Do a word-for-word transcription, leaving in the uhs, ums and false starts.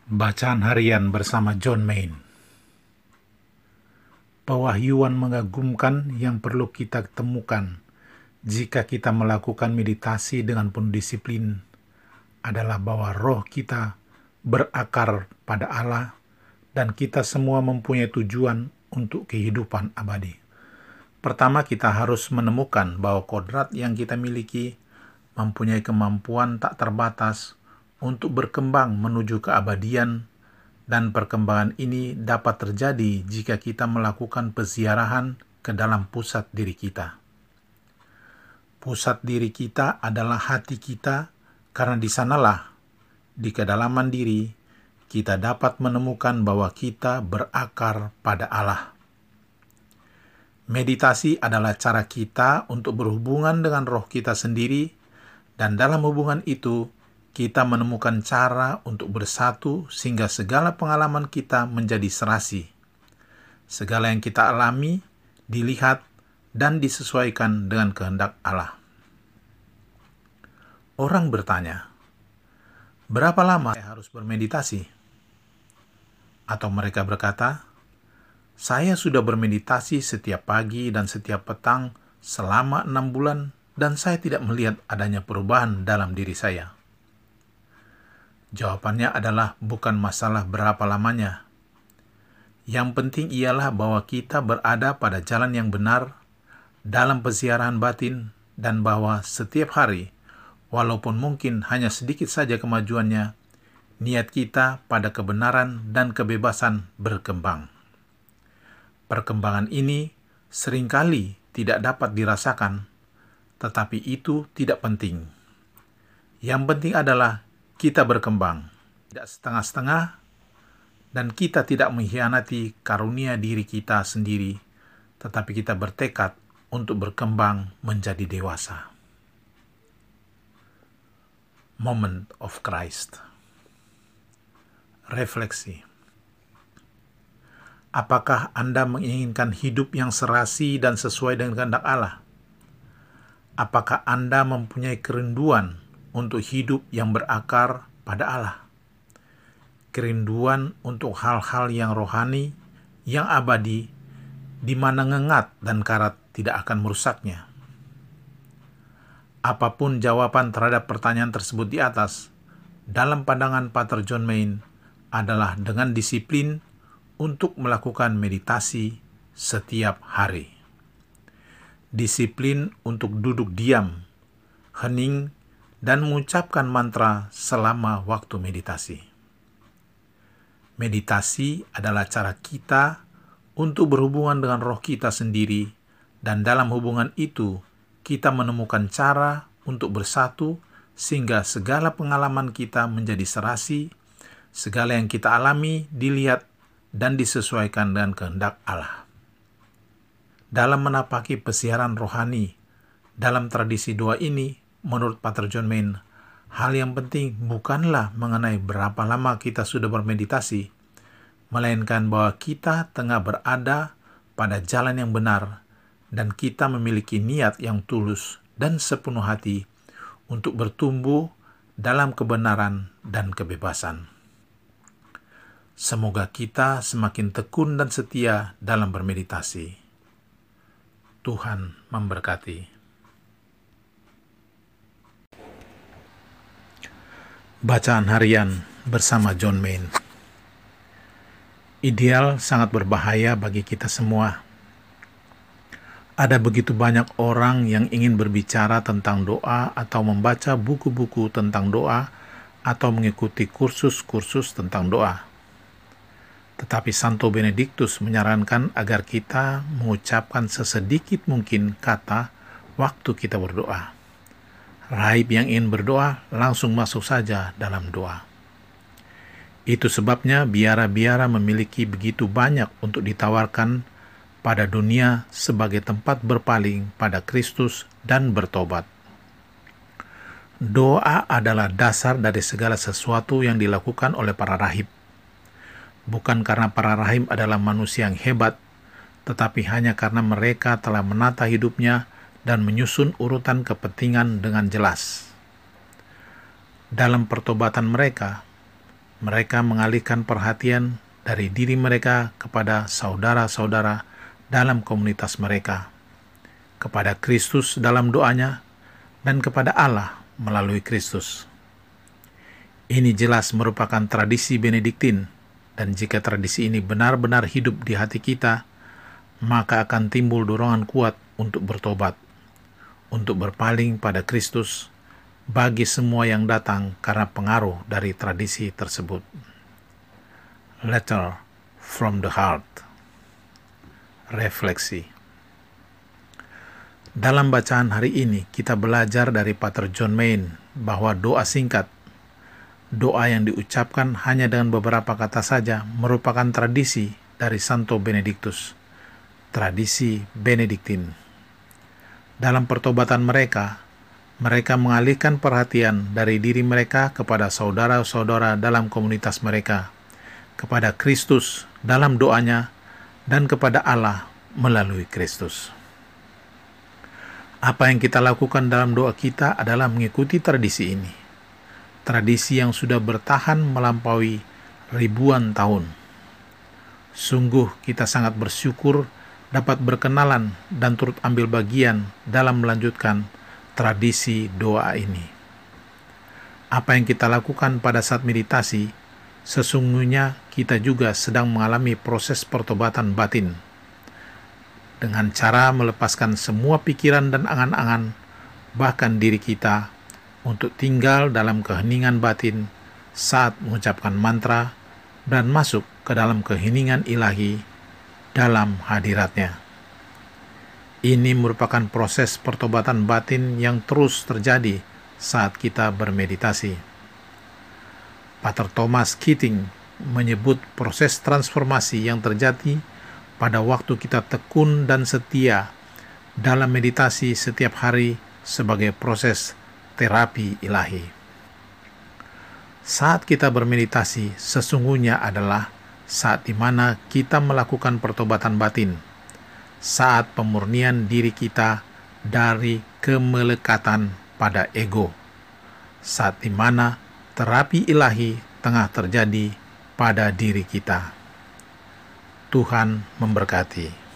Bacaan Harian bersama John Main. Pewahyuan mengagumkan yang perlu kita temukan jika kita melakukan meditasi dengan penuh disiplin adalah bahwa roh kita berakar pada Allah dan kita semua mempunyai tujuan untuk kehidupan abadi. Pertama, kita harus menemukan bahwa kodrat yang kita miliki mempunyai kemampuan tak terbatas untuk berkembang menuju keabadian, dan perkembangan ini dapat terjadi jika kita melakukan peziarahan ke dalam pusat diri kita. Pusat diri kita adalah hati kita, karena di sanalah, di kedalaman diri, kita dapat menemukan bahwa kita berakar pada Allah. Meditasi adalah cara kita untuk berhubungan dengan roh kita sendiri, dan dalam hubungan itu, kita menemukan cara untuk bersatu sehingga segala pengalaman kita menjadi serasi. Segala yang kita alami, dilihat, dan disesuaikan dengan kehendak Allah. Orang bertanya, berapa lama saya harus bermeditasi? Atau mereka berkata, saya sudah bermeditasi setiap pagi dan setiap petang selama enam bulan dan saya tidak melihat adanya perubahan dalam diri saya. Jawabannya adalah bukan masalah berapa lamanya. Yang penting ialah bahwa kita berada pada jalan yang benar dalam peziarahan batin dan bahwa setiap hari, walaupun mungkin hanya sedikit saja kemajuannya, niat kita pada kebenaran dan kebebasan berkembang. Perkembangan ini seringkali tidak dapat dirasakan, tetapi itu tidak penting. Yang penting adalah kita berkembang, tidak setengah-setengah, dan kita tidak mengkhianati karunia diri kita sendiri, tetapi kita bertekad untuk berkembang menjadi dewasa. Moment of Christ. Refleksi. Apakah Anda menginginkan hidup yang serasi dan sesuai dengan kehendak Allah? Apakah Anda mempunyai kerinduan untuk hidup yang berakar pada Allah? Kerinduan untuk hal-hal yang rohani, yang abadi, di mana ngengat dan karat tidak akan merusaknya. Apapun jawaban terhadap pertanyaan tersebut di atas, dalam pandangan Pater John Main adalah dengan disiplin untuk melakukan meditasi setiap hari. Disiplin untuk duduk diam, hening, dan mengucapkan mantra selama waktu meditasi. Meditasi adalah cara kita untuk berhubungan dengan roh kita sendiri, dan dalam hubungan itu, kita menemukan cara untuk bersatu sehingga segala pengalaman kita menjadi serasi, segala yang kita alami dilihat dan disesuaikan dengan kehendak Allah. Dalam menapaki peziarahan rohani, dalam tradisi doa ini, menurut Pater John Main, hal yang penting bukanlah mengenai berapa lama kita sudah bermeditasi, melainkan bahwa kita tengah berada pada jalan yang benar dan kita memiliki niat yang tulus dan sepenuh hati untuk bertumbuh dalam kebenaran dan kebebasan. Semoga kita semakin tekun dan setia dalam bermeditasi. Tuhan memberkati. Bacaan Harian bersama John Main. Ideal sangat berbahaya bagi kita semua. Ada begitu banyak orang yang ingin berbicara tentang doa atau membaca buku-buku tentang doa atau mengikuti kursus-kursus tentang doa. Tetapi Santo Benediktus menyarankan agar kita mengucapkan sesedikit mungkin kata waktu kita berdoa. Rahib yang ingin berdoa langsung masuk saja dalam doa. Itu sebabnya biara-biara memiliki begitu banyak untuk ditawarkan pada dunia sebagai tempat berpaling pada Kristus dan bertobat. Doa adalah dasar dari segala sesuatu yang dilakukan oleh para rahib. Bukan karena para rahib adalah manusia yang hebat, tetapi hanya karena mereka telah menata hidupnya dan menyusun urutan kepentingan dengan jelas. Dalam pertobatan mereka, Mereka mengalihkan perhatian dari diri mereka kepada saudara-saudara dalam komunitas mereka, kepada Kristus dalam doanya, dan kepada Allah melalui Kristus. Ini jelas merupakan tradisi Benediktin, dan jika tradisi ini benar-benar hidup di hati kita, maka akan timbul dorongan kuat untuk bertobat, untuk berpaling pada Kristus bagi semua yang datang karena pengaruh dari tradisi tersebut. Letter from the Heart. Refleksi. Dalam bacaan hari ini, kita belajar dari Pater John Main bahwa doa singkat, doa yang diucapkan hanya dengan beberapa kata saja, merupakan tradisi dari Santo Benediktus, tradisi Benediktin. Dalam pertobatan mereka, mereka mengalihkan perhatian dari diri mereka kepada saudara-saudara dalam komunitas mereka, kepada Kristus dalam doanya, dan kepada Allah melalui Kristus. Apa yang kita lakukan dalam doa kita adalah mengikuti tradisi ini. Tradisi yang sudah bertahan melampaui ribuan tahun. Sungguh kita sangat bersyukur dapat berkenalan dan turut ambil bagian dalam melanjutkan tradisi doa ini. Apa yang kita lakukan pada saat meditasi, sesungguhnya kita juga sedang mengalami proses pertobatan batin, dengan cara melepaskan semua pikiran dan angan-angan, bahkan diri kita, untuk tinggal dalam keheningan batin saat mengucapkan mantra dan masuk ke dalam keheningan ilahi dalam hadiratnya. Ini merupakan proses pertobatan batin yang terus terjadi saat kita bermeditasi. Pater Thomas Keating menyebut proses transformasi yang terjadi pada waktu kita tekun dan setia dalam meditasi setiap hari sebagai proses terapi ilahi. Saat kita bermeditasi sesungguhnya adalah saat di mana kita melakukan pertobatan batin, saat pemurnian diri kita dari kemelekatan pada ego, saat di mana terapi ilahi tengah terjadi pada diri kita. Tuhan memberkati.